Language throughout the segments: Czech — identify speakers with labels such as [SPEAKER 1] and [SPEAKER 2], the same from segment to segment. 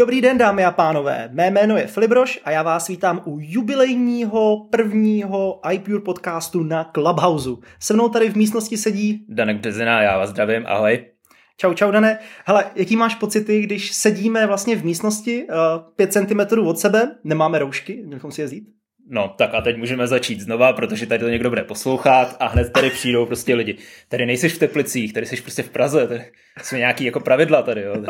[SPEAKER 1] Dobrý den, dámy a pánové, mé jméno je Filip Brož a já vás vítám u jubilejního prvního iPure podcastu na Clubhouse. Se mnou tady v místnosti sedí
[SPEAKER 2] Danek Březina, já vás zdravím, ahoj.
[SPEAKER 1] Čau, Dane. Hele, jaký máš pocity, když sedíme vlastně v místnosti 5 cm od sebe, nemáme roušky, měli bychom si je vzít?
[SPEAKER 2] No, tak a teď můžeme začít znova, protože tady to někdo bude poslouchat a hned tady přijdou prostě lidi. Tady nejseš v Teplicích, tady jsi prostě v Praze, tady jsou nějaký jako pravidla tady, jo.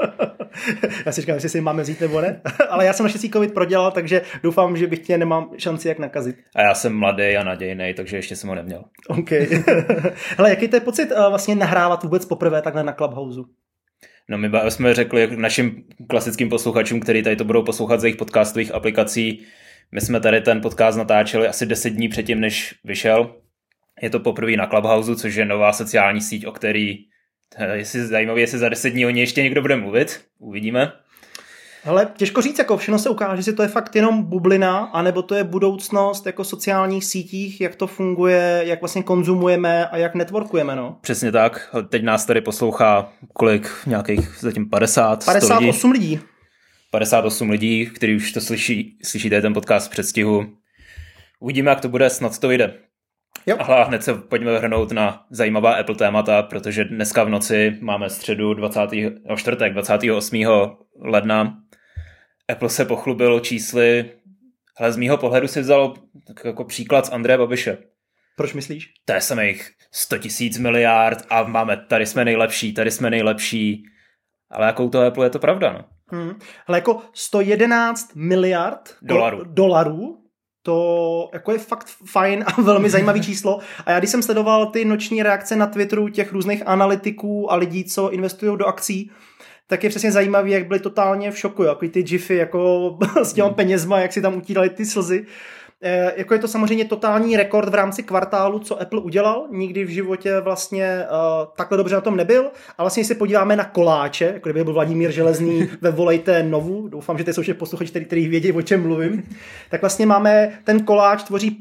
[SPEAKER 1] Já si říkám, jestli si máme vzít nebo ne, ale já jsem naštěstí covid prodělal, takže doufám, že bych tě nemám šanci jak nakazit.
[SPEAKER 2] A já jsem mladý a nadějnej, takže ještě jsem ho neměl.
[SPEAKER 1] OK. Hele, jaký to je pocit vlastně nahrávat vůbec poprvé takhle na Clubhouse?
[SPEAKER 2] No my jsme řekli našim klasickým posluchačům, kteří tady to budou poslouchat z jejich podcastových aplikací, my jsme tady ten podcast natáčeli asi 10 dní předtím, než vyšel. Je to poprvé na Clubhouse, což je nová sociální síť, o který zajímavé, jestli za 10 dní o ní ještě někdo bude mluvit. Uvidíme.
[SPEAKER 1] Hele, těžko říct, jako všechno se ukáže, jestli to je fakt jenom bublina, anebo to je budoucnost jako sociálních sítích, jak to funguje, jak vlastně konzumujeme a jak networkujeme, no.
[SPEAKER 2] Přesně tak. Teď nás tady poslouchá kolik nějakých zatím
[SPEAKER 1] 58 lidí.
[SPEAKER 2] 58 lidí, kteří už to slyšíte ten podcast v předstihu. Uvidíme, jak to bude, snad to vyjde.
[SPEAKER 1] Jo.
[SPEAKER 2] A hned se pojďme vrhnout na zajímavá Apple témata, protože dneska v noci máme středu čtvrtek 28. ledna. Apple se pochlubil čísly, ale z mýho pohledu si vzalo jako příklad z Andreje Babiše.
[SPEAKER 1] Proč myslíš?
[SPEAKER 2] To je samých 100 000 miliard a tady jsme nejlepší. Ale jakou to Apple je to pravda, no?
[SPEAKER 1] Ale jako 111 miliard dolarů, to jako je fakt fajn a velmi zajímavý číslo. A já když jsem sledoval ty noční reakce na Twitteru těch různých analytiků a lidí, co investují do akcí, tak je přesně zajímavý, jak byli totálně v šoku, jako ty gify jako s těma penězma, jak si tam utírali ty slzy. Jako je to samozřejmě totální rekord v rámci kvartálu, co Apple udělal. Nikdy v životě vlastně takhle dobře na tom nebyl. A vlastně se podíváme na koláče, jako kdyby byl Vladimír Železný ve Volejte Novu. Doufám, že to jsou všechny posluchači, který vědí, o čem mluvím. Tak vlastně máme, ten koláč tvoří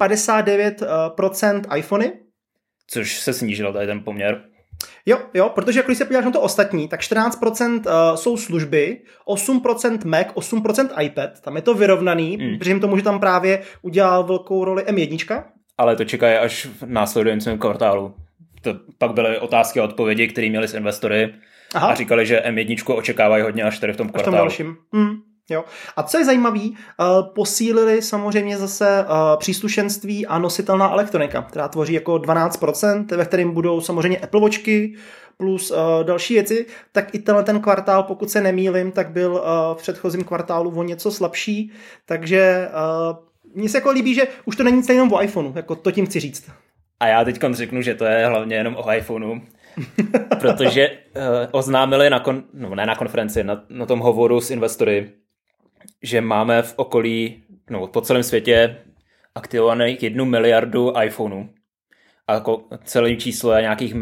[SPEAKER 1] 59% iPhony.
[SPEAKER 2] Což se snížilo tady ten poměr.
[SPEAKER 1] Jo, protože když se podíváš na to ostatní, tak 14% jsou služby, 8% Mac, 8% iPad, tam je to vyrovnaný, protože tomu, že tam právě udělal velkou roli M1.
[SPEAKER 2] Ale to čekají až v následujícím kvartálu. To pak byly otázky a odpovědi, které měli s investory. Aha. A říkali, že M1 očekávají hodně až tady v tom kvartálu.
[SPEAKER 1] V tom dalším. Jo. A co je zajímavý, posílili samozřejmě zase příslušenství a nositelná elektronika, která tvoří jako 12%, ve kterém budou samozřejmě Apple Watchky plus další věci, tak i ten kvartál, pokud se nemýlim, tak byl v předchozím kvartálu o něco slabší, takže mně se jako líbí, že už to není celý jenom o iPhoneu, jako to tím chci říct.
[SPEAKER 2] A já teď řeknu, že to je hlavně jenom o iPhoneu, protože oznámili ne na konferenci, na tom hovoru s investory, že máme v okolí, po celém světě aktivovaných 1 miliardu iPhoneů. A jako celé číslo je nějakých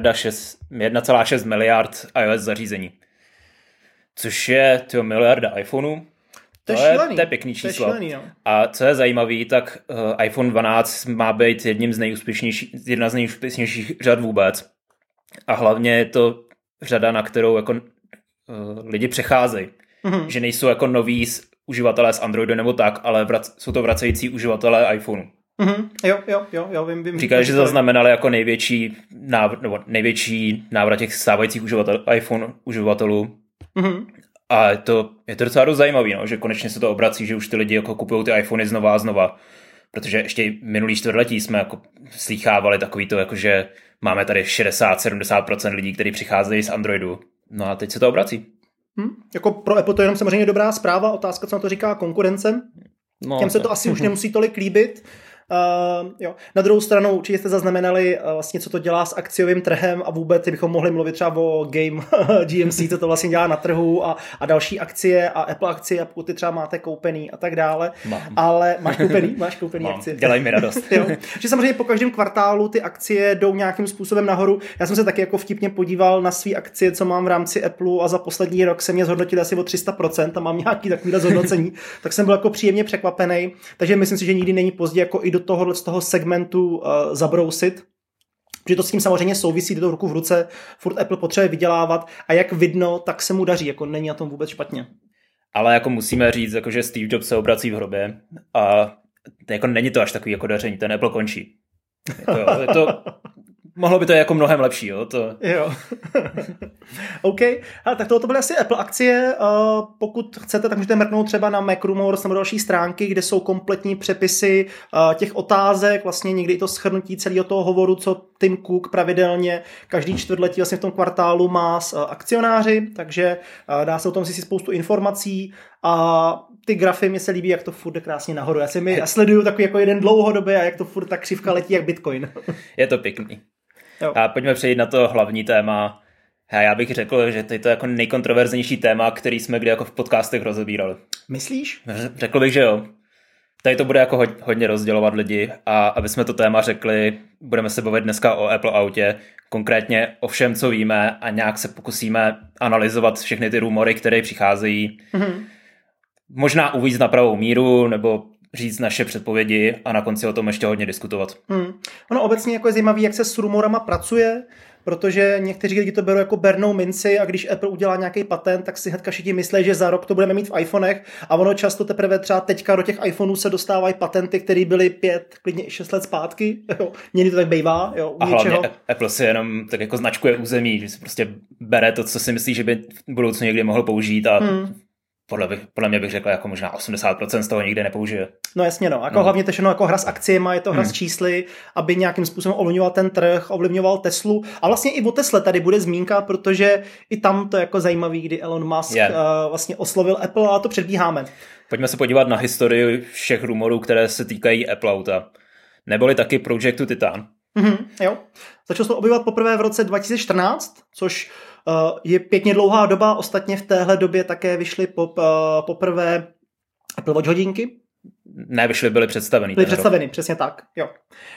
[SPEAKER 2] 1,6 miliard iOS zařízení. Což je miliarda iPhoneů. To je pěkný číslo.
[SPEAKER 1] No.
[SPEAKER 2] A co je zajímavý, tak iPhone 12 má být jedna z nejúspěšnějších řad vůbec. A hlavně je to řada, na kterou jako lidi přecházejí. Mm-hmm. Že nejsou jako noví uživatelé z Androidu nebo tak, ale jsou to vracející uživatelé iPhoneu.
[SPEAKER 1] Mm-hmm. Jo, vím.
[SPEAKER 2] Říkají, že zaznamenali jako největší návrat těch stávajících uživatelů. Mm-hmm. A je to docela dost zajímavý, že konečně se to obrací, že už ty lidi jako kupují ty iPhony znova a znova. Protože ještě minulý čtvrtletí jsme jako slýchávali takový to, jako že máme tady 60-70% lidí, kteří přicházejí z Androidu. No a teď se to obrací.
[SPEAKER 1] Jako pro Apple to je jenom samozřejmě dobrá zpráva, otázka, co na to říká konkurence. Těm se to asi už nemusí tolik líbit. Jo. Na druhou stranu určitě jste zaznamenali vlastně, co to dělá s akciovým trhem a vůbec bychom mohli mluvit třeba o Game GMC, co to vlastně dělá na trhu a další akcie a Apple akcie, pokud ty třeba máte koupený a tak dále. Ale máš koupený akcie.
[SPEAKER 2] Dělej mi radost.
[SPEAKER 1] Jo. Že samozřejmě po každém kvartálu ty akcie jdou nějakým způsobem nahoru. Já jsem se taky jako vtipně podíval na svý akcie, co mám v rámci Apple a za poslední rok se mě zhodnotili asi o 300% a mám nějaký takovýhle zhodnocení. Tak jsem byl jako příjemně překvapený. Takže myslím si, že nikdy není pozdě jako i do toho segmentu zabrousit, že to s tím samozřejmě souvisí, jde to ruku v ruce, furt Apple potřebuje vydělávat a jak vidno, tak se mu daří, jako není na tom vůbec špatně.
[SPEAKER 2] ale jako musíme říct, jako, že Steve Jobs se obrací v hrobě a jako není to až takový jako daření, ten Apple končí. Jako, jo, mohlo by to jako mnohem lepší, jo.
[SPEAKER 1] Jo. OK, ale tak tohle byly asi Apple akcie. Pokud chcete, tak můžete mrknout třeba na Mac Rumors nebo další stránky, kde jsou kompletní přepisy těch otázek, vlastně někdy i to shrnutí celého toho hovoru, co Tim Cook pravidelně každý čtvrtletí vlastně v tom kvartálu má s akcionáři, takže dá se o tom si spoustu informací a ty grafy mi se líbí, jak to furt jde krásně nahoru. Já sleduju takový jako jeden dlouhodobě a jak to furt ta křivka letí jak Bitcoin.
[SPEAKER 2] Je to pěkný. Jo. A pojďme přejít na to hlavní téma. Já bych řekl, že to je jako nejkontroverznější téma, který jsme kdy jako v podcastech rozebírali.
[SPEAKER 1] Myslíš?
[SPEAKER 2] Řekl bych, že jo. Tady to bude jako hodně rozdělovat lidi a aby jsme to téma řekli, budeme se bavit dneska o Apple autě, konkrétně o všem, co víme a nějak se pokusíme analyzovat všechny ty rumory, které přicházejí. Mm-hmm. Možná uvíct na pravou míru, nebo říct naše předpovědi a na konci o tom ještě hodně diskutovat.
[SPEAKER 1] Ono obecně jako je zajímavý, jak se s rumorama pracuje, protože někteří lidi to berou jako bernou minci a když Apple udělá nějaký patent, tak si hnedka všichni myslí, že za rok to budeme mít v iPhonech a ono často teprve třeba teďka do těch iPhoneů se dostávají patenty, které byly 5, klidně i 6 let zpátky. Jo. Někdy to tak bývá. Jo,
[SPEAKER 2] a hlavně Apple si jenom tak jako značkuje území, že si prostě bere to, co si myslí, že by v budoucnu někdy mohl použít a podle mě bych řekl, jako možná 80% z toho nikdy nepoužije.
[SPEAKER 1] No jasně, no. Jako hlavně to všechno jako hra s akciema, je to hra s čísly, aby nějakým způsobem ovlivňoval ten trh, ovlivňoval Teslu. A vlastně i o Tesle tady bude zmínka, protože i tam to je jako zajímavý, kdy Elon Musk vlastně oslovil Apple a to předbíháme.
[SPEAKER 2] Pojďme se podívat na historii všech rumorů, které se týkají Apple auta. Neboli taky Projectu Titan.
[SPEAKER 1] Jo. Začal se to objevovat poprvé v roce 2014, což je pěkně dlouhá doba, ostatně v téhle době také vyšly poprvé Apple Watch hodinky.
[SPEAKER 2] Ne, byly představeny.
[SPEAKER 1] Byly představeny, přesně tak, jo.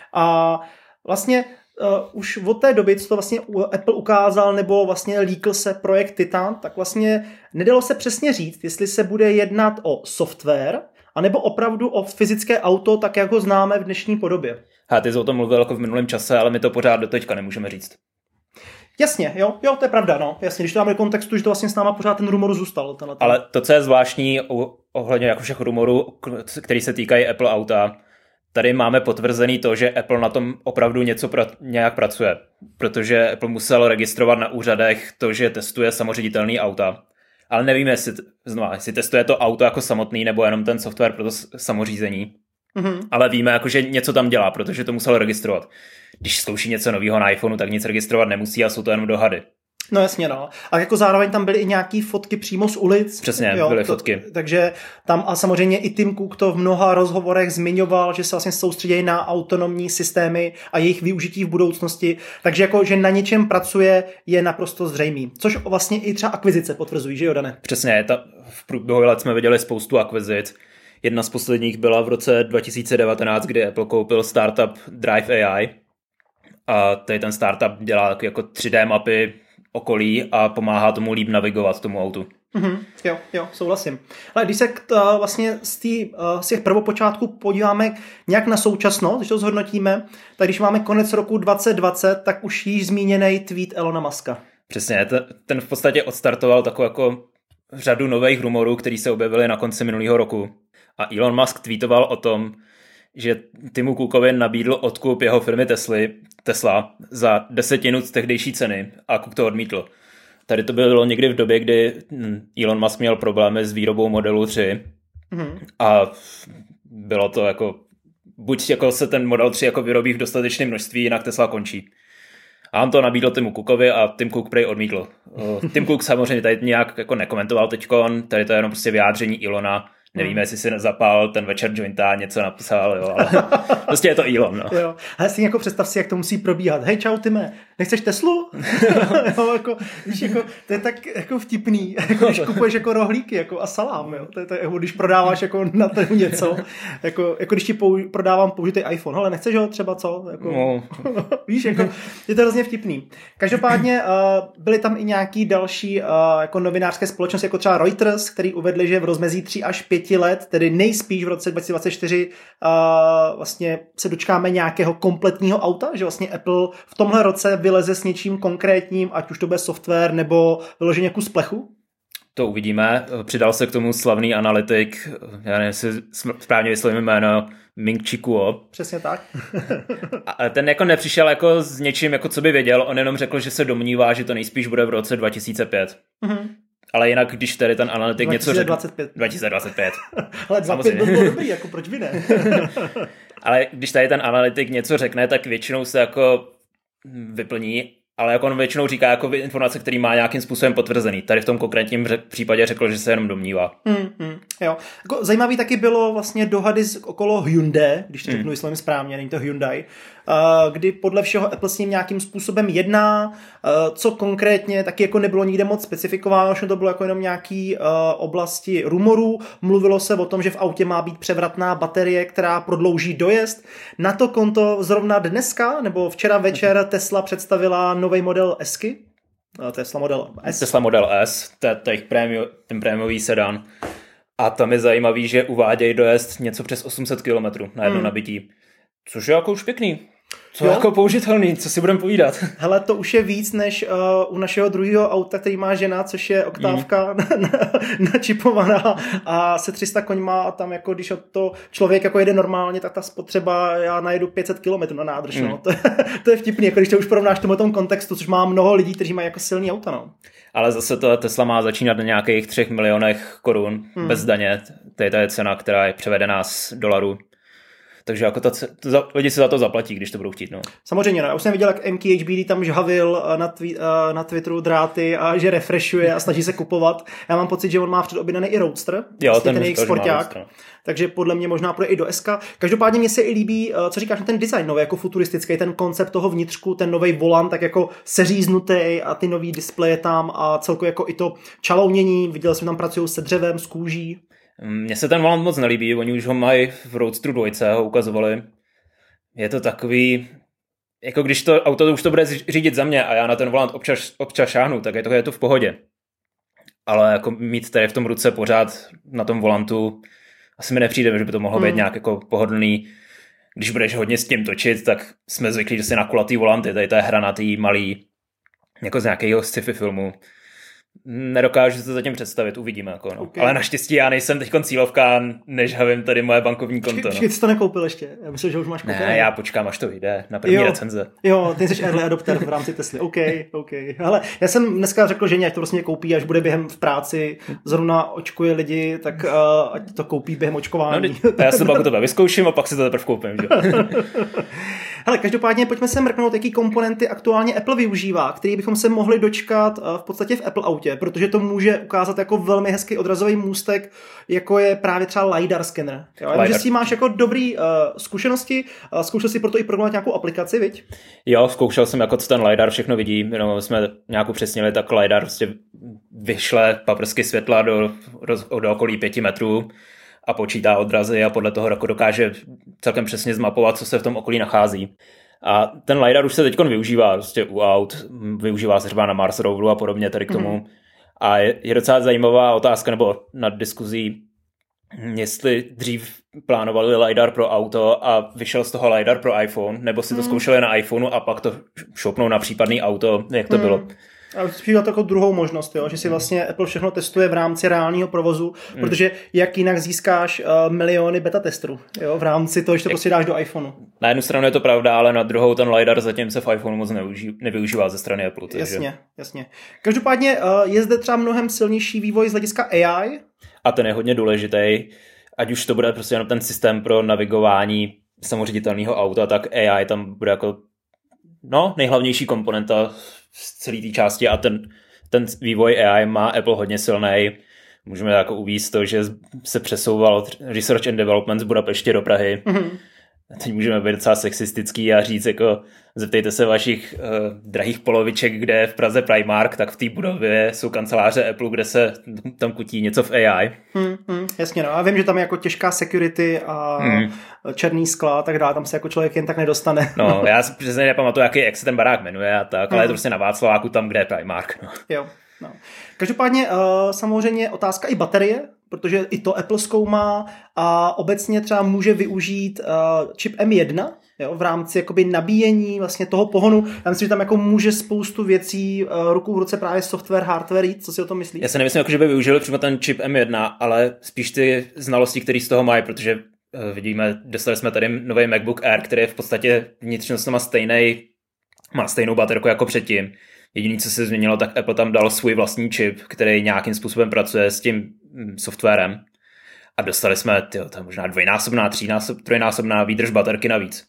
[SPEAKER 1] A vlastně už od té doby, co to vlastně Apple ukázal, nebo vlastně líkl se projekt Titan, tak vlastně nedalo se přesně říct, jestli se bude jednat o software, anebo opravdu o fyzické auto, tak jak ho známe v dnešní podobě.
[SPEAKER 2] Ty jsi o tom mluvil jako v minulém čase, ale my to pořád do teďka nemůžeme říct.
[SPEAKER 1] Jasně, jo, to je pravda, no. Jasně, když to dáme do kontextu, že to vlastně s náma pořád ten rumor zůstal.
[SPEAKER 2] Ale to, co je zvláštní ohledně jako všech rumorů, který se týkají Apple auta, tady máme potvrzený to, že Apple na tom opravdu nějak pracuje. Protože Apple musel registrovat na úřadech to, že testuje samoředitelný auta. Ale nevíme, jestli testuje to auto jako samotný, nebo jenom ten software pro to samořízení. Mm-hmm. Ale víme, jako, že něco tam dělá, protože to musel registrovat. Když zkouší něco nového na iPhoneu, tak nic registrovat nemusí a jsou to jenom dohady.
[SPEAKER 1] No jasně, no. A jako zároveň tam byly i nějaký fotky přímo z ulic.
[SPEAKER 2] Přesně, byly fotky.
[SPEAKER 1] Takže tam a samozřejmě i Tim Cook to v mnoha rozhovorech zmiňoval, že se vlastně soustředí na autonomní systémy a jejich využití v budoucnosti. Takže jako, že na něčem pracuje, je naprosto zřejmý. Což vlastně i třeba akvizice potvrzují, že jo, Dane?
[SPEAKER 2] Přesně, v průběhu let jsme viděli spoustu akvizic. Jedna z posledních byla v roce 2019, kdy Apple koupil startup Drive AI. A tady ten startup dělá jako 3D mapy okolí a pomáhá tomu líp navigovat tomu autu.
[SPEAKER 1] Jo, souhlasím. Ale když se vlastně z těch prvopočátků podíváme nějak na současnost, když to zhodnotíme, tak když máme konec roku 2020, tak už již zmíněný tweet Elona Muska.
[SPEAKER 2] Přesně, ten v podstatě odstartoval takovou jako řadu nových rumorů, které se objevily na konci minulého roku. A Elon Musk tweetoval o tom, že Timu Cookovi nabídl odkup jeho firmy Tesla za 10 z tehdejší ceny a Cook to odmítl. Tady to bylo někdy v době, kdy Elon Musk měl problémy s výrobou modelu 3 a bylo to jako buď jako se ten model 3 jako vyrobí v dostatečném množství, jinak Tesla končí. A on to nabídl Timu Cookovi a Tim Cook prej odmítl. Tim Cook samozřejmě tady nějak jako nekomentoval teďkon, tady to je jenom prostě vyjádření Elona. Nevíme, jestli si nezapal ten večer jointa, něco napsal, jo, ale prostě je to Elon, no.
[SPEAKER 1] Jo, ale si jako představ si, jak to musí probíhat. Hej, čau, Time, nechceš Teslu? Jo, jako, víš, jako, to je tak jako vtipný, jako, když kupuješ jako rohlíky jako, a salám, jo. To je, jako, když prodáváš jako na trhu něco, jako když ti prodávám použitý iPhone, ale nechceš ho třeba co? Jako,
[SPEAKER 2] no.
[SPEAKER 1] Víš, jako, je to hrozně vtipný. Každopádně byly tam i nějaký další jako novinářské společnosti, jako třeba Reuters, který uvedli, že v rozmezí 3 až 5 let, tedy nejspíš v roce 2024 vlastně se dočkáme nějakého kompletního auta, že vlastně Apple v tomhle roce vyleze s něčím konkrétním, ať už to bude software nebo vyloženě kus plechu?
[SPEAKER 2] To uvidíme. Přidal se k tomu slavný analytik, já nevím, jestli správně vyslovím jméno, Ming-Chi Kuo.
[SPEAKER 1] Přesně tak.
[SPEAKER 2] A ten jako nepřišel jako s něčím, jako co by věděl, on jenom řekl, že se domnívá, že to nejspíš bude v roce 2005. Mm-hmm. Ale jinak, když tady ten analytik
[SPEAKER 1] 2025.
[SPEAKER 2] něco řekl... 2025.
[SPEAKER 1] Ale 25 by bylo dobrý, jako proč by ne?
[SPEAKER 2] Ale když tady ten analytik něco řekne, tak většinou se jako vyplní, ale jako on většinou říká jako informace, který má nějakým způsobem potvrzený. Tady v tom konkrétním případě řekl, že se jenom domnívá.
[SPEAKER 1] Jo. Jako zajímavý taky bylo vlastně dohady okolo Hyundai, když to řeknu vyslovím správně, není to Hyundai, kdy podle všeho Apple s ním nějakým způsobem jedná, co konkrétně taky jako nebylo nikde moc specifikováno, že to bylo jako jenom nějaký oblasti rumorů. Mluvilo se o tom, že v autě má být převratná baterie, která prodlouží dojezd. Na to konto zrovna dneska, nebo včera večer Tesla představila nový model S-ky. Tesla Model S.
[SPEAKER 2] Tesla Model S, to je ten prémiový sedan. A tam je zajímavý, že uvádějí dojezd něco přes 800 km na jedno nabití. Což je jako už pěkný. Co je jako použitelný, co si budeme povídat.
[SPEAKER 1] Hele, to už je víc než u našeho druhého auta, který má žena, což je oktávka načipovaná a se 300 koňma a tam jako když to člověk jako jede normálně, tak ta spotřeba, já najedu 500 km na nádrž. No. To je vtipný, jako když to už porovnáš tomu tom kontextu, což má mnoho lidí, kteří mají jako silný auta. No.
[SPEAKER 2] Ale zase to Tesla má začínat na nějakých 3 milionech korun bez daně. To je cena, která je převedená z dolarů. Takže jako lidi si za to zaplatí, když to budou chtít. No.
[SPEAKER 1] Samozřejmě, no. Já už jsem viděl, jak MKHBD tam žhavil na Twitteru dráty a že refreshuje a snaží se kupovat. Já mám pocit, že on má předobjednaný i Roadster,
[SPEAKER 2] jo,
[SPEAKER 1] ten jejich sporták. Takže podle mě možná půjde i do SK. Každopádně mně se i líbí, co říkáš na ten design nový, jako futuristický, ten koncept toho vnitřku, ten nový volant, tak jako seříznutý a ty nový displeje tam a celkově jako i to čalounění. Viděl jsem tam pracují se dřevem, s kůží.
[SPEAKER 2] Mně se ten volant moc nelíbí, oni už ho mají v Roadsteru 2, ho ukazovali. Je to takový, jako když to auto už to bude řídit za mě a já na ten volant občas šáhnu, tak je to v pohodě. Ale jako mít tady v tom ruce pořád na tom volantu, asi mi nepřijde, že by to mohlo být nějak jako pohodlný. Když budeš hodně s tím točit, tak jsme zvyklí, že si na kulatý volanty, tady to je hranatý, malý, jako z nějakého sci-fi filmu. Nedokážu si to zatím představit, uvidíme. Jako, no. Okay. Ale naštěstí já nejsem teď cílovka, než havím tady moje bankovní konto.
[SPEAKER 1] Počkej, jsi to nekoupil ještě? Já myslím, že už máš koupil.
[SPEAKER 2] Ne, já počkám, až to vyjde na první recenze.
[SPEAKER 1] Jo, ty jsi early adopter v rámci Tesly. OK. Hele, já jsem dneska řekl, že ať to vlastně koupí, až bude během v práci, zrovna očkuje lidi, tak ať to koupí během očkování.
[SPEAKER 2] No, já se pak u tebe vyzkouším a pak si to teprve koupím. Že?
[SPEAKER 1] Hele, každopádně pojďme se mrknout, jaký komponenty aktuálně Apple využívá, který bychom se mohli dočkat v podstatě v Apple autě, protože to může ukázat jako velmi hezký odrazový můstek, jako je právě třeba LiDAR skener. Jo, já vím, že s tím máš jako dobrý zkušenosti, zkoušel si proto i programovat nějakou aplikaci, viď?
[SPEAKER 2] Jo, zkoušel jsem, jako co ten LiDAR všechno vidí, jenom jsme nějak upřesnili, tak LiDAR prostě vyšle paprsky světla do okolí 5 metrů a počítá odrazy a podle toho dokáže celkem přesně zmapovat, co se v tom okolí nachází. A ten LiDAR už se teď využívá prostě u aut, využívá se třeba na Mars roveru a podobně tady k tomu. A je docela zajímavá otázka, nebo nad diskuzí, jestli dřív plánovali LiDAR pro auto a vyšel z toho LiDAR pro iPhone, nebo si to zkoušeli na iPhoneu a pak to šopnou na případný auto, jak to bylo.
[SPEAKER 1] A přijde takovou druhou možnost, jo? Že si vlastně Apple všechno testuje v rámci reálného provozu, protože jak jinak získáš miliony beta testů, jo? V rámci toho, že to prostě dáš do iPhoneu.
[SPEAKER 2] Na jednu stranu je to pravda, ale na druhou ten LiDAR zatím se v iPhoneu moc nevyužívá ze strany Apple. Takže...
[SPEAKER 1] Jasně. Každopádně je zde třeba mnohem silnější vývoj z hlediska AI.
[SPEAKER 2] A ten je hodně důležitý, ať už to bude prostě jenom ten systém pro navigování samoředitelného auta, tak AI tam bude jako nejhlavnější komponenta z celé té části a ten vývoj AI má Apple hodně silný. Můžeme jako uvést to, že se přesouval Research and Development z Budapešti do Prahy. Teď můžeme být docela sexistický a říct, jako zeptejte se vašich drahých poloviček, kde je v Praze Primark, tak v té budově jsou kanceláře Apple, kde se tam kutí něco v AI.
[SPEAKER 1] Jasně, no. Já vím, že tam je jako těžká security a černý skla a tak dále, tam se jako člověk jen tak nedostane.
[SPEAKER 2] No, já si přesně nepamatuju, jak se ten barák jmenuje a tak, ale je to prostě na Václaváku tam, kde je Primark. No.
[SPEAKER 1] Jo. No. Každopádně samozřejmě otázka i baterie. protože i to Apple zkoumá a obecně třeba může využít čip M1, jo, v rámci jakoby nabíjení vlastně toho pohonu. Já myslím, že tam jako může spoustu věcí ruku v ruce právě software, hardware jít. Co si o tom myslíš?
[SPEAKER 2] Já se nemyslím, jako, že by využili přímo ten čip M1, ale spíš ty znalosti, které z toho mají, protože vidíme, dostali jsme tady nový MacBook Air, který je v podstatě vnitřnostně má stejnou baterku jako předtím. Jediné, co se změnilo, tak Apple tam dal svůj vlastní čip, který nějakým způsobem pracuje s tím softwarem. A dostali jsme, tam možná dvojnásobná, trojnásobná výdrž baterky navíc.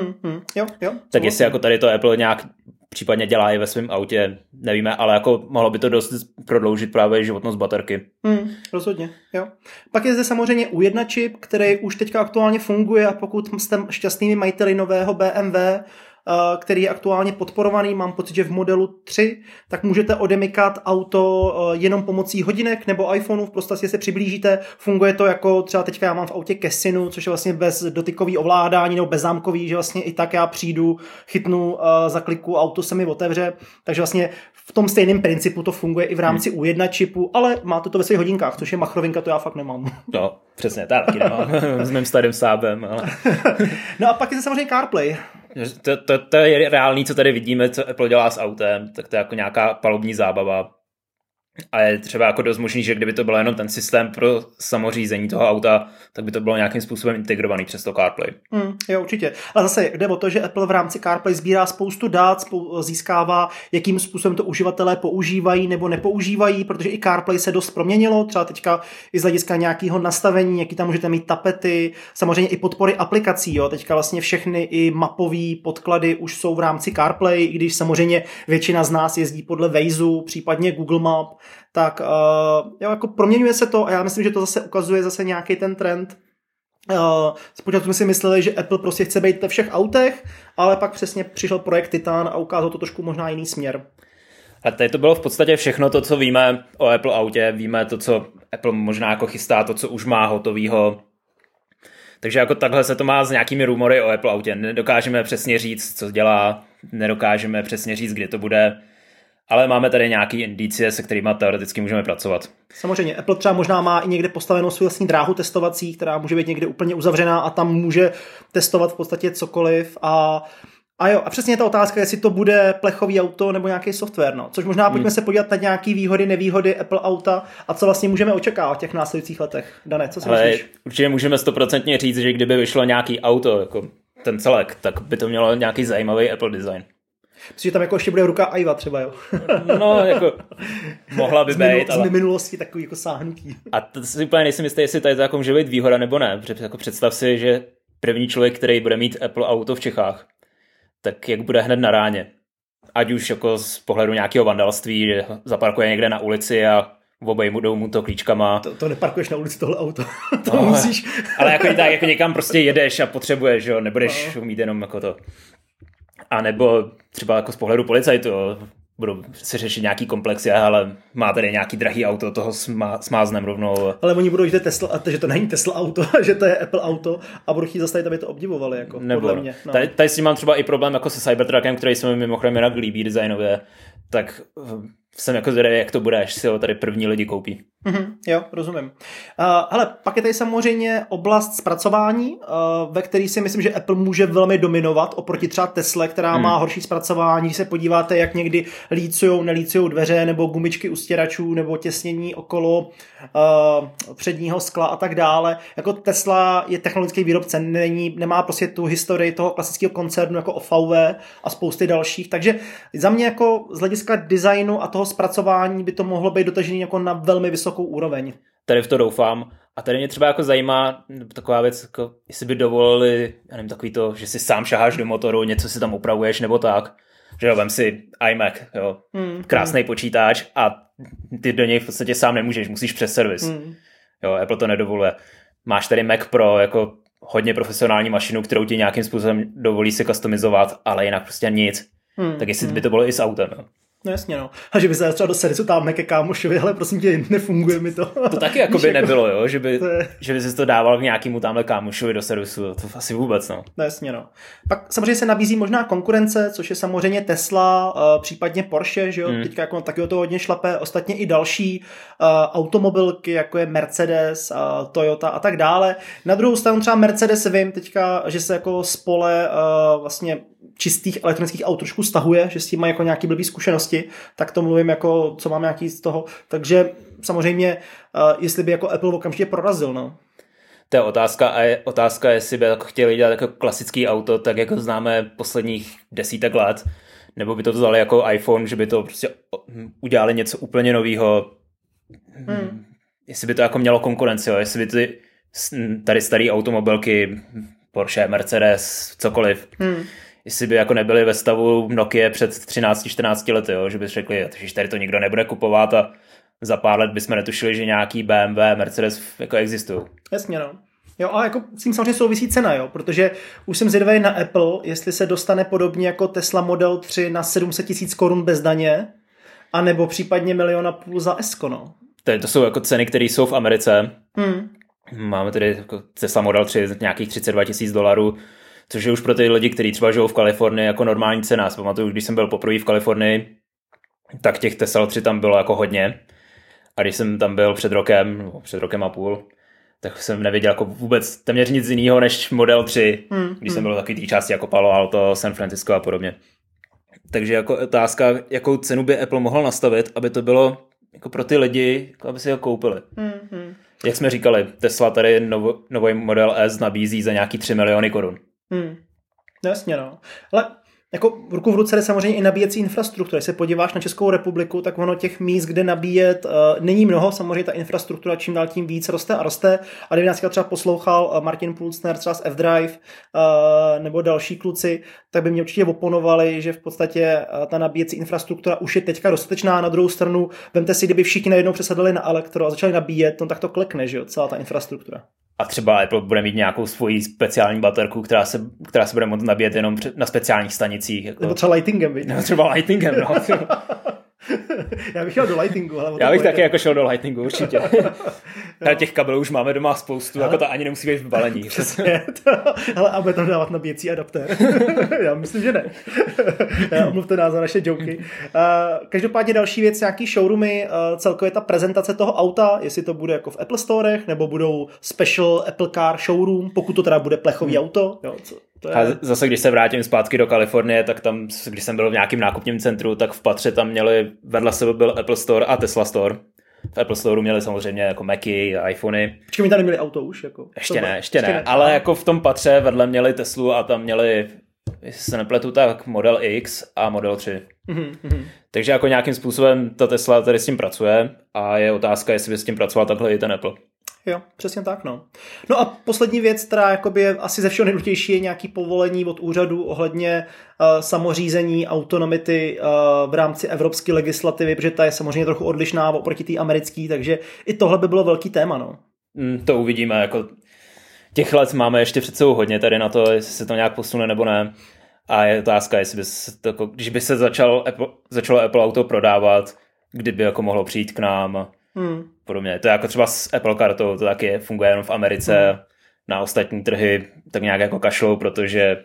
[SPEAKER 1] Jo.
[SPEAKER 2] Tak jestli jako tady to Apple nějak případně dělá i ve svém autě, nevíme, ale jako mohlo by to dost prodloužit právě životnost baterky.
[SPEAKER 1] Rozhodně, jo. Pak je zde samozřejmě U1 čip, který už teďka aktuálně funguje a pokud jste šťastnými majiteli nového BMW, který je aktuálně podporovaný, mám pocit, že v modelu 3, tak můžete odemykat auto jenom pomocí hodinek nebo iPhoneu, prostě se přiblížíte, funguje to jako třeba teďka já mám v autě Casinu, což je vlastně bez dotykový ovládání nebo bezzámkový, že vlastně i tak já přijdu, chytnu za kliku, auto se mi otevře, takže vlastně v tom stejném principu to funguje i v rámci U1 čipu, ale máte to ve svých hodinkách, což je machrovinka, to já fakt nemám.
[SPEAKER 2] No, přesně, taky nemám s mým starým sábem. Ale...
[SPEAKER 1] No a pak je to samozřejmě CarPlay.
[SPEAKER 2] To je reálný, co tady vidíme, co Apple dělá s autem, tak to je jako nějaká palubní zábava. A je třeba jako dost možný, že kdyby to byl jenom ten systém pro samořízení toho auta, tak by to bylo nějakým způsobem integrovaný přes to CarPlay.
[SPEAKER 1] Jo, určitě. A zase jde o to, že Apple v rámci CarPlay sbírá spoustu dat, získává, jakým způsobem to uživatelé používají nebo nepoužívají, protože i CarPlay se dost proměnilo, třeba teďka i z hlediska nějakého nastavení, jaký tam můžete mít tapety, samozřejmě i podpory aplikací, jo. Teďka vlastně všechny i mapové podklady už jsou v rámci CarPlay, i když samozřejmě většina z nás jezdí podle Waze, případně Google Map, tak jako proměňuje se to a já myslím, že to zase ukazuje zase nějaký ten trend. Zpočátku jsme si mysleli, že Apple prostě chce být ve všech autech, ale pak přesně přišel projekt Titan a ukázal to trošku možná jiný směr.
[SPEAKER 2] A tady to bylo v podstatě všechno to, co víme o Apple autě, víme to, co Apple možná jako chystá, to, co už má hotovýho. Takže jako takhle se to má s nějakými rumory o Apple autě. Nedokážeme přesně říct, co dělá, nedokážeme přesně říct, kdy to bude, ale máme tady nějaký indicie, se kterými teoreticky můžeme pracovat. Samozřejmě,
[SPEAKER 1] Apple třeba možná má i někde postavenou svou vlastní dráhu testovací, která může být někde úplně uzavřená a tam může testovat v podstatě cokoliv a jo, a přesně ta otázka, jestli to bude plechový auto nebo nějaký software, no. Což možná pojďme se podívat na nějaký výhody, nevýhody Apple auta a co vlastně můžeme očekávat v těch následujících letech. Dane, co si myslíš?
[SPEAKER 2] Určitě můžeme 100% říct, že kdyby vyšlo nějaký auto, jako ten celek, tak by to mělo nějaký zajímavý Apple design.
[SPEAKER 1] Protože tam jako ještě bude ruka Aiva třeba, jo.
[SPEAKER 2] No, jako mohla by být,
[SPEAKER 1] ale... Z minulosti takový jako sáhnutí.
[SPEAKER 2] A to si úplně nejsem jistý, jestli tady to jako může být výhoda nebo ne. Jako představ si, že první člověk, který bude mít Apple auto v Čechách, tak jak bude hned na ráně. Ať už jako z pohledu nějakého vandalství, že zaparkuje někde na ulici a obejmudou mu to klíčkama.
[SPEAKER 1] To neparkuješ na ulici tohle auto. To musíš.
[SPEAKER 2] Ale jako i tak, jako někam prostě jedeš a potřebuješ, jo, nebudeš mít jenom jako to. A nebo třeba jako z pohledu policajtu, budou si řešit nějaký komplexy, ale má tady nějaký drahý auto, toho smáznem rovnou.
[SPEAKER 1] Ale oni budou jít Tesla, že to není Tesla auto, že to je Apple auto a budou chtít zastavit, aby to obdivovali, jako podle mě. No.
[SPEAKER 2] Tady s tím mám třeba i problém jako se Cybertruckem, který se mi mimochodem jinak líbí designově, tak jsem jako zvědavý, jak to bude, až si ho tady první lidi koupí.
[SPEAKER 1] Jo, rozumím. Hele, pak je tady samozřejmě oblast zpracování, ve který si myslím, že Apple může velmi dominovat oproti třeba Tesle, která má horší zpracování. Když se podíváte, jak někdy nelícujou dveře nebo gumičky u stěračů nebo těsnění okolo předního skla a tak dále. Jako Tesla je technologický výrobce, nemá prostě tu historii toho klasického koncernu jako OVV a spousty dalších. Takže za mě jako z hlediska designu a toho zpracování by to mohlo být dotažený jako na velmi vysokou úroveň.
[SPEAKER 2] Tady v to doufám. A tady mě třeba jako zajímá taková věc, jako jestli by dovolili, já nevím, takový to, že si sám šaháš do motoru, něco si tam upravuješ nebo tak. Že jo, vem si iMac, jo, krásný počítač a ty do něj v podstatě sám nemůžeš, musíš přes servis. Jo, Apple to nedovoluje. Máš tady Mac Pro jako hodně profesionální mašinu, kterou ti nějakým způsobem dovolí si customizovat, ale jinak prostě nic. Tak jestli by to bylo i s autem, jo.
[SPEAKER 1] No jasně, no. A že by se třeba do servisu tamhle ke kámošovi, ale prosím tě, nefunguje mi to.
[SPEAKER 2] To taky jako by nebylo, jo? Že by si to dával k nějakému tamhle kámošovi do servisu, to asi vůbec, no.
[SPEAKER 1] No jasně, no. Pak samozřejmě se nabízí možná konkurence, což je samozřejmě Tesla, případně Porsche, že jo, teďka jako taky o to hodně šlape, ostatně i další automobilky, jako je Mercedes, Toyota a tak dále. Na druhou stranu třeba Mercedes vím teďka, že se jako spole vlastně čistých elektronických aut trošku stahuje, že s tím mají jako nějaký blbý zkušenosti, tak to mluvím jako, co mám nějaký z toho. Takže samozřejmě, jestli by jako Apple okamžitě prorazil, no.
[SPEAKER 2] To je otázka a je otázka, jestli by jako chtěli dělat jako klasický auto, tak jako známe posledních desítek let, nebo by to vzali jako iPhone, že by to prostě udělali něco úplně novýho. Jestli by to jako mělo konkurenci, jo? Jestli by ty tady staré automobilky, Porsche, Mercedes, cokoliv, jestli by jako nebyli ve stavu Nokia před 13-14 lety, jo? Že by řekli, že tady to nikdo nebude kupovat a za pár let bychom netušili, že nějaký BMW, Mercedes jako existují.
[SPEAKER 1] Jasně, no. Jo, ale jako s tím samozřejmě souvisí cena, jo, protože už jsem zvědavý na Apple, jestli se dostane podobně jako Tesla Model 3 na 700 000 korun bez daně, anebo případně 1,5 milionu za S-ko, no.
[SPEAKER 2] To jsou jako ceny, které jsou v Americe. Máme tedy jako Tesla Model 3 nějakých $32,000, což je už pro ty lidi, kteří třeba žijou v Kalifornii, jako normální cena. Pamatuju, když jsem byl poprvé v Kalifornii, tak těch Tesla 3 tam bylo jako hodně. A když jsem tam byl před rokem a půl, tak jsem nevěděl jako vůbec téměř nic jiného než Model 3, když jsem byl v takový té části jako Palo Alto, San Francisco a podobně. Takže jako otázka, jakou cenu by Apple mohl nastavit, aby to bylo jako pro ty lidi, jako aby si ho koupili. Jak jsme říkali, Tesla tady nový Model S nabízí za nějaký 3 miliony korun.
[SPEAKER 1] No jasně, no. Ale jako ruku v ruce jde samozřejmě i nabíjecí infrastruktura. Když se podíváš na Českou republiku, tak ono těch míst, kde nabíjet, není mnoho. Samozřejmě ta infrastruktura čím dál tím víc roste a roste. A kdyby nás třeba poslouchal Martin Pulsner třeba z F-Drive nebo další kluci, tak by mě určitě oponovali, že v podstatě ta nabíjecí infrastruktura už je teďka dostatečná. Na druhou stranu, vemte si, kdyby všichni najednou přesadili na elektro a začali nabíjet, no tak to klekne, že jo, celá ta infrastruktura.
[SPEAKER 2] A třeba Apple bude mít nějakou svoji speciální baterku, která se bude moct nabíjet jenom na speciálních stanicích. Jako...
[SPEAKER 1] Nebo třeba Lightingem, viď?
[SPEAKER 2] Nebo třeba Lightingem, no.
[SPEAKER 1] Já bych šel do Lightingu. Ale
[SPEAKER 2] já bych taky jako šel do Lightingu, určitě. Ale těch kabelů už máme doma spoustu, jako to ani nemusí být v balení.
[SPEAKER 1] Přesně. Ale a bude tam dávat nabíjecí adaptér. Já myslím, že ne. Omluvte nás za naše joky. Každopádně další věc, nějaký showroomy, celkově ta prezentace toho auta, jestli to bude jako v Apple Storech, nebo budou special Apple Car showroom, pokud to teda bude plechový auto. Jo, to je...
[SPEAKER 2] A zase, když se vrátím zpátky do Kalifornie, tak tam, když jsem byl v nějakém nákupním centru, tak v patře tam měli, vedle sebe byl Apple Store a Tesla Store. V Apple Storeu měli samozřejmě jako Macy, iPhony.
[SPEAKER 1] Počkej, mi tam neměli auto už? Jako,
[SPEAKER 2] ještě ne. Ale jako v tom patře vedle měli Teslu a tam měli, jestli se nepletu, tak Model X a Model 3. Takže jako nějakým způsobem ta Tesla tady s tím pracuje a je otázka, jestli by s tím pracoval takhle i ten Apple.
[SPEAKER 1] Jo, přesně tak, no. No a poslední věc, která jakoby je asi ze všeho nejdůležitější, je nějaký povolení od úřadu ohledně samořízení, autonomity v rámci evropské legislativy, protože ta je samozřejmě trochu odlišná oproti té americké, takže i tohle by bylo velký téma, no.
[SPEAKER 2] To uvidíme, jako těch let máme ještě před sebou hodně tady na to, jestli se to nějak posune nebo ne. A je otázka, jestli by se to, když by se začalo Apple auto prodávat, kdyby jako mohlo přijít k nám. Podobně. To je jako třeba s Apple kartou, to taky funguje jenom v Americe, na ostatní trhy tak nějak jako kašlou, protože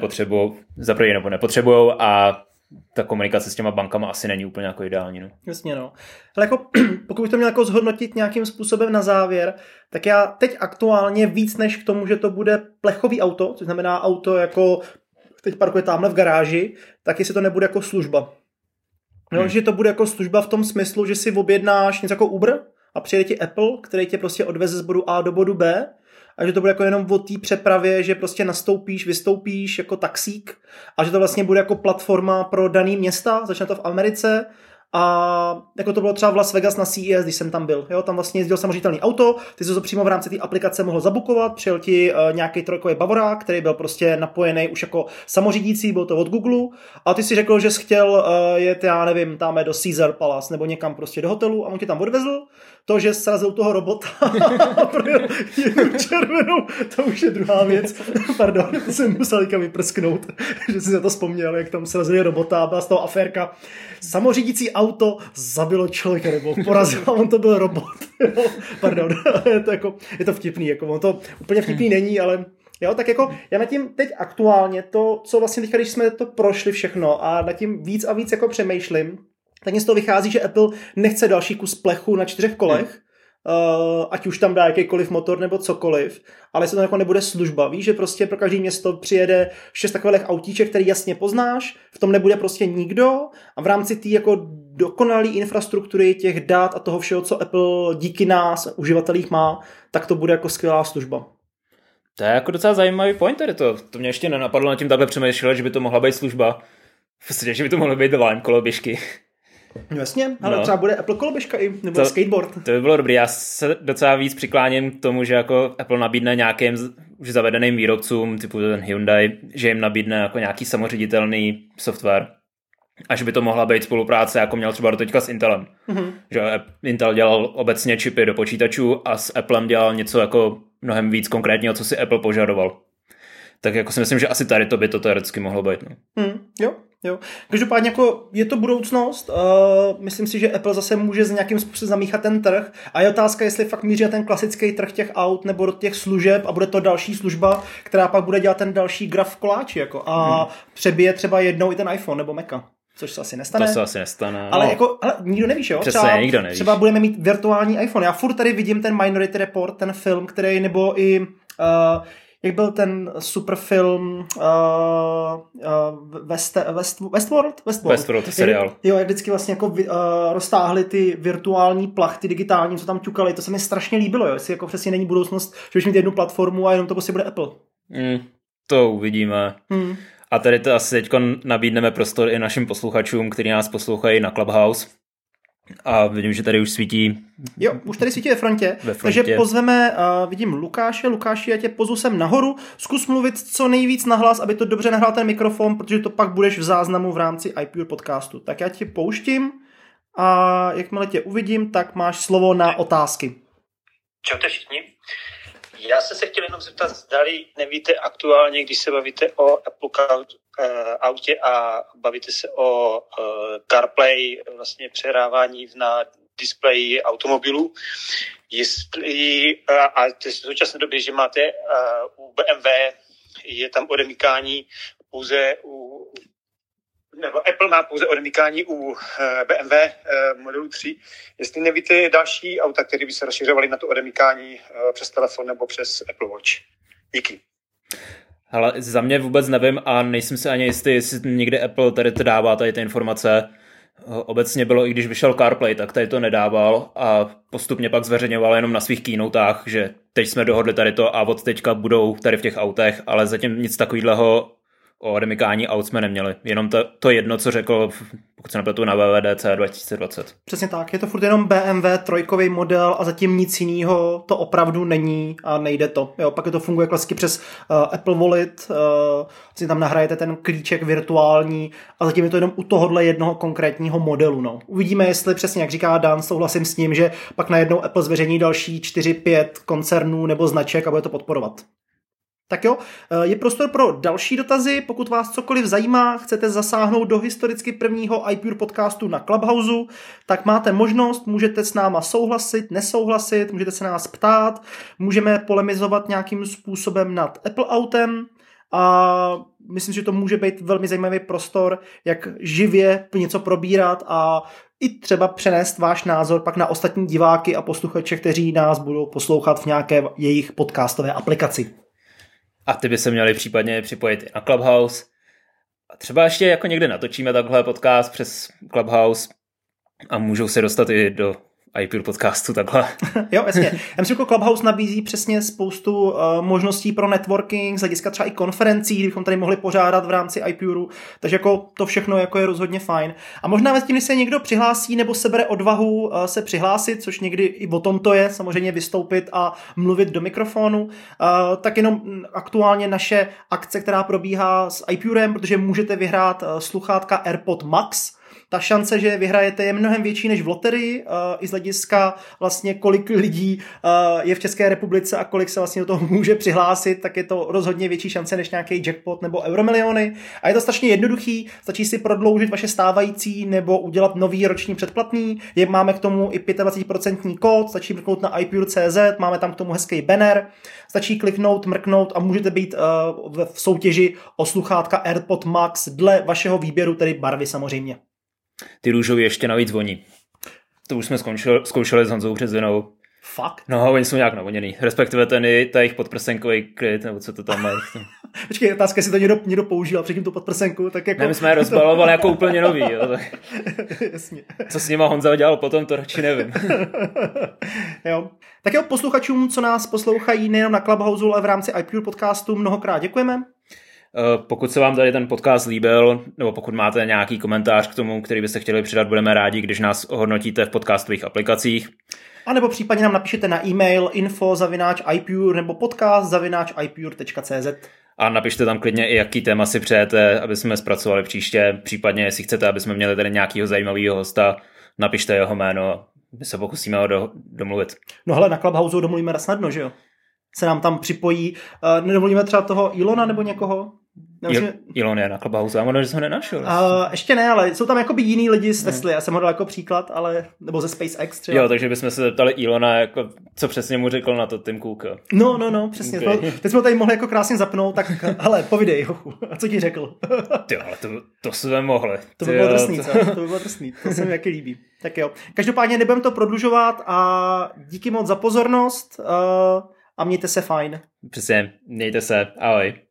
[SPEAKER 2] nepotřebujou a ta komunikace s těma bankama asi není úplně jako ideální. No.
[SPEAKER 1] Jasně, no. Ale jako, pokud bych to měl jako zhodnotit nějakým způsobem na závěr, tak já teď aktuálně víc než k tomu, že to bude plechový auto, což znamená auto jako teď parkuje tamhle v garáži, tak jestli to nebude jako služba. No, že to bude jako služba v tom smyslu, že si objednáš něco jako Uber a přijde ti Apple, který tě prostě odveze z bodu A do bodu B a že to bude jako jenom o té přepravě, že prostě nastoupíš, vystoupíš jako taxík a že to vlastně bude jako platforma pro daný města, začne to v Americe a jako to bylo třeba v Las Vegas na CES, když jsem tam byl. Jo, tam vlastně jezdil samoředitelný auto, ty jsi to přímo v rámci té aplikace mohl zabukovat, přijel ti nějaký trojkový bavorák, který byl prostě napojený už jako samořídící, byl to od Google a ty si řekl, že jsi chtěl jet, já nevím, tam do Caesar Palace nebo někam prostě do hotelu a on tě tam odvezl, To, že srazil toho robota pro jednu červenou, to už je druhá věc. Pardon, to jsem musel někam vyprsknout, že si za to vzpomněl, jak tam srazili robota a byla z toho aférka. Samořídící auto zabilo člověka, nebo porazilo, on to byl robot. Pardon, je to vtipný, jako, on to úplně vtipný není, ale jo, tak jako já nad tím teď aktuálně to, co vlastně teď, když jsme to prošli všechno a nad tím víc a víc jako přemýšlím, tak z toho vychází, že Apple nechce další kus plechu na 4 kolech, ať už tam dá jakýkoliv motor nebo cokoliv, ale jestli to jako nebude služba. Víš, že prostě pro každý město přijede 6 takových autíček, který jasně poznáš, v tom nebude prostě nikdo a v rámci té jako dokonalé infrastruktury těch dat a toho všeho, co Apple díky nás, uživatelích má, tak to bude jako skvělá služba.
[SPEAKER 2] To je jako docela zajímavý point tady to. To mě ještě nenapadlo, nad tím takhle přemýšlet, že by to mohla být služba. Vlastně, že by to mohlo být Lime koloběžky.
[SPEAKER 1] Jasně, ale třeba bude Apple koloběžka i, nebo skateboard.
[SPEAKER 2] To by bylo dobré. Já se docela víc přikláním k tomu, že jako Apple nabídne nějakým už zavedeným výrobcům, typu ten Hyundai, že jim nabídne jako nějaký samoředitelný software. A že by to mohla být spolupráce, jako měl třeba doteďka s Intelem. Mm-hmm. Že Intel dělal obecně čipy do počítačů a s Applem dělal něco jako mnohem víc konkrétního, co si Apple požadoval. Tak jako si myslím, že asi tady to by to teoreticky mohlo být. No.
[SPEAKER 1] Jo. Každopádně jako je to budoucnost. Myslím si, že Apple zase může z nějakým způsobem zamíchat ten trh a je otázka, jestli fakt míří na ten klasický trh těch aut nebo do těch služeb a bude to další služba, která pak bude dělat ten další graf v koláči jako a přebije třeba jednou i ten iPhone nebo Maca. Což se asi nestane.
[SPEAKER 2] To se asi nestane.
[SPEAKER 1] Ale, jako, ale nikdo nevíš, jo?
[SPEAKER 2] Přesně, nikdo nevíš.
[SPEAKER 1] Třeba budeme mít virtuální iPhone. Já furt tady vidím ten Minority Report, ten film, který, nebo i, jak byl ten super film Westworld,
[SPEAKER 2] to je seriál.
[SPEAKER 1] Jo, jak vždycky vlastně jako roztáhli ty virtuální plachty digitální, co tam ťukali, to se mi strašně líbilo, jo? Jestli jako přesně není budoucnost, že budeš mít jednu platformu a jenom to prostě bude Apple.
[SPEAKER 2] To uvidíme. A tady to asi teď nabídneme prostor i našim posluchačům, kteří nás poslouchají na Clubhouse. A vidím, že tady už svítí.
[SPEAKER 1] Jo, už tady svítí ve frontě. Takže pozveme, vidím Lukáše. Lukáši, já tě pozvu sem nahoru. Zkus mluvit co nejvíc nahlas, aby to dobře nahrál ten mikrofon, protože to pak budeš v záznamu v rámci iPure podcastu. Tak já tě pouštím a jakmile tě uvidím, tak máš slovo na otázky.
[SPEAKER 3] Čaute všichni. Já jsem se chtěl jenom zeptat, zdali nevíte aktuálně, když se bavíte o Apple autě a bavíte se o CarPlay, vlastně přehrávání na displeji automobilu, jestli, a v současné době, že máte u BMW, je tam odemykání pouze nebo Apple má pouze odemykání u BMW modelu 3. Jestli nevíte další auta, které by se rozšiřovaly na to odemykání přes telefon nebo přes Apple Watch. Díky.
[SPEAKER 2] Ale za mě vůbec nevím a nejsem si ani jistý, jestli někde Apple tady to dává tady ty informace. Obecně bylo, i když vyšel CarPlay, tak tady to nedával a postupně pak zveřejňoval jenom na svých keynotách, že teď jsme dohodli tady to a od teďka budou tady v těch autech, ale zatím nic takového o odemykání aut jsme neměli. Jenom to jedno, co řekl, pokud se nepletu, na WWDC 2020.
[SPEAKER 1] Přesně tak. Je to furt jenom BMW trojkový model a zatím nic jiného to opravdu není a nejde to. Jo, pak je to funguje klasicky přes Apple Wallet, si tam nahrajete ten klíček virtuální a zatím je to jenom u tohohle jednoho konkrétního modelu. No. Uvidíme, jestli přesně, jak říká Dan, souhlasím s ním, že pak najednou Apple zveřejní další 4-5 koncernů nebo značek a bude to podporovat. Tak jo, je prostor pro další dotazy, pokud vás cokoliv zajímá, chcete zasáhnout do historicky prvního iPure podcastu na Clubhouse, tak máte možnost, můžete s náma souhlasit, nesouhlasit, můžete se nás ptát, můžeme polemizovat nějakým způsobem nad Apple autem a myslím, že to může být velmi zajímavý prostor, jak živě něco probírat a i třeba přenést váš názor pak na ostatní diváky a posluchače, kteří nás budou poslouchat v nějaké jejich podcastové aplikaci.
[SPEAKER 2] A ty by se měli případně připojit i na Clubhouse. A třeba ještě jako někde natočíme takhle podcast přes Clubhouse a můžou se dostat i do iPure podcastu takhle.
[SPEAKER 1] Jo, jasně. Já myslím, že Clubhouse nabízí přesně spoustu možností pro networking, z hlediska třeba i konferencí, kdybychom tady mohli pořádat v rámci iPure, takže jako to všechno jako je rozhodně fajn. A možná ve tím, když se někdo přihlásí nebo sebere odvahu se přihlásit, což někdy i o tom to je, samozřejmě vystoupit a mluvit do mikrofonu, tak jenom aktuálně naše akce, která probíhá s iPurem, protože můžete vyhrát sluchátka AirPod Max, Ta šance, že vyhrajete, je mnohem větší než v loterii, i z hlediska vlastně kolik lidí je v České republice a kolik se vlastně do toho může přihlásit, tak je to rozhodně větší šance než nějaký jackpot nebo euromiliony. A je to strašně jednoduchý, stačí si prodloužit vaše stávající nebo udělat nový roční předplatný. Máme k tomu i 25% kód, stačí mrknout na iPure.cz, máme tam k tomu hezký banner, stačí kliknout, mrknout a můžete být v soutěži o sluchátka AirPod Max dle vašeho výběru, tedy barvy samozřejmě.
[SPEAKER 2] Ty růžový ještě navíc voní. To už jsme zkoušeli s Honzou Březinou.
[SPEAKER 1] Fakt?
[SPEAKER 2] No, oni jsou nějak navoněný. Respektive ta jejich podprsenkový kryt, nebo co to tam je.
[SPEAKER 1] Počkej, otázka, jestli to někdo použil a předtím tu podprsenku, tak jako...
[SPEAKER 2] Ne, my jsme je rozbalovali jako úplně nový, jo. Tak...
[SPEAKER 1] Jasně.
[SPEAKER 2] Co s nima Honza dělal potom, to radši nevím.
[SPEAKER 1] Jo. Tak jo, posluchačům, co nás poslouchají nejenom na Clubhouse, ale v rámci iPure podcastu, mnohokrát děkujeme.
[SPEAKER 2] Pokud se vám tady ten podcast líbil, nebo pokud máte nějaký komentář k tomu, který byste chtěli přidat, budeme rádi, když nás ohodnotíte v podcastových aplikacích.
[SPEAKER 1] A nebo případně nám napíšete na e-mail info@ipure nebo podcast@ipure.cz.
[SPEAKER 2] A napište tam klidně i jaký téma si přejete, aby jsme zpracovali příště. Případně, jestli chcete, aby jsme měli tady nějakého zajímavého hosta, napište jeho jméno, my se pokusíme ho domluvit.
[SPEAKER 1] No hele, na Clubhouse domluvíme snadno, že jo? Se nám tam připojí, nedomluvíme třeba toho Ilona nebo někoho?
[SPEAKER 2] Elon je na Clubhouse, a možná, že jsem ho nenašel.
[SPEAKER 1] Ještě ne, ale jsou tam jakoby jiný lidi z Tesly, já jsem ho dal jako příklad, ale, nebo ze SpaceX třeba.
[SPEAKER 2] Jo, takže bychom se zeptali Elona, jako, co přesně mu řekl na to Tim Cook.
[SPEAKER 1] No, přesně. Okay. Teď jsme ho tady mohli jako krásně zapnout, tak hele, povídej, hochu, a co ti řekl?
[SPEAKER 2] Ty, ale to jsme mohli.
[SPEAKER 1] To by bylo drsný, co? To by bylo drsný, to se mi jaký líbí. Tak jo, každopádně nebudeme to prodlužovat a díky moc za pozornost a mějte se fajn.
[SPEAKER 2] Přesně, mějte se, ahoj.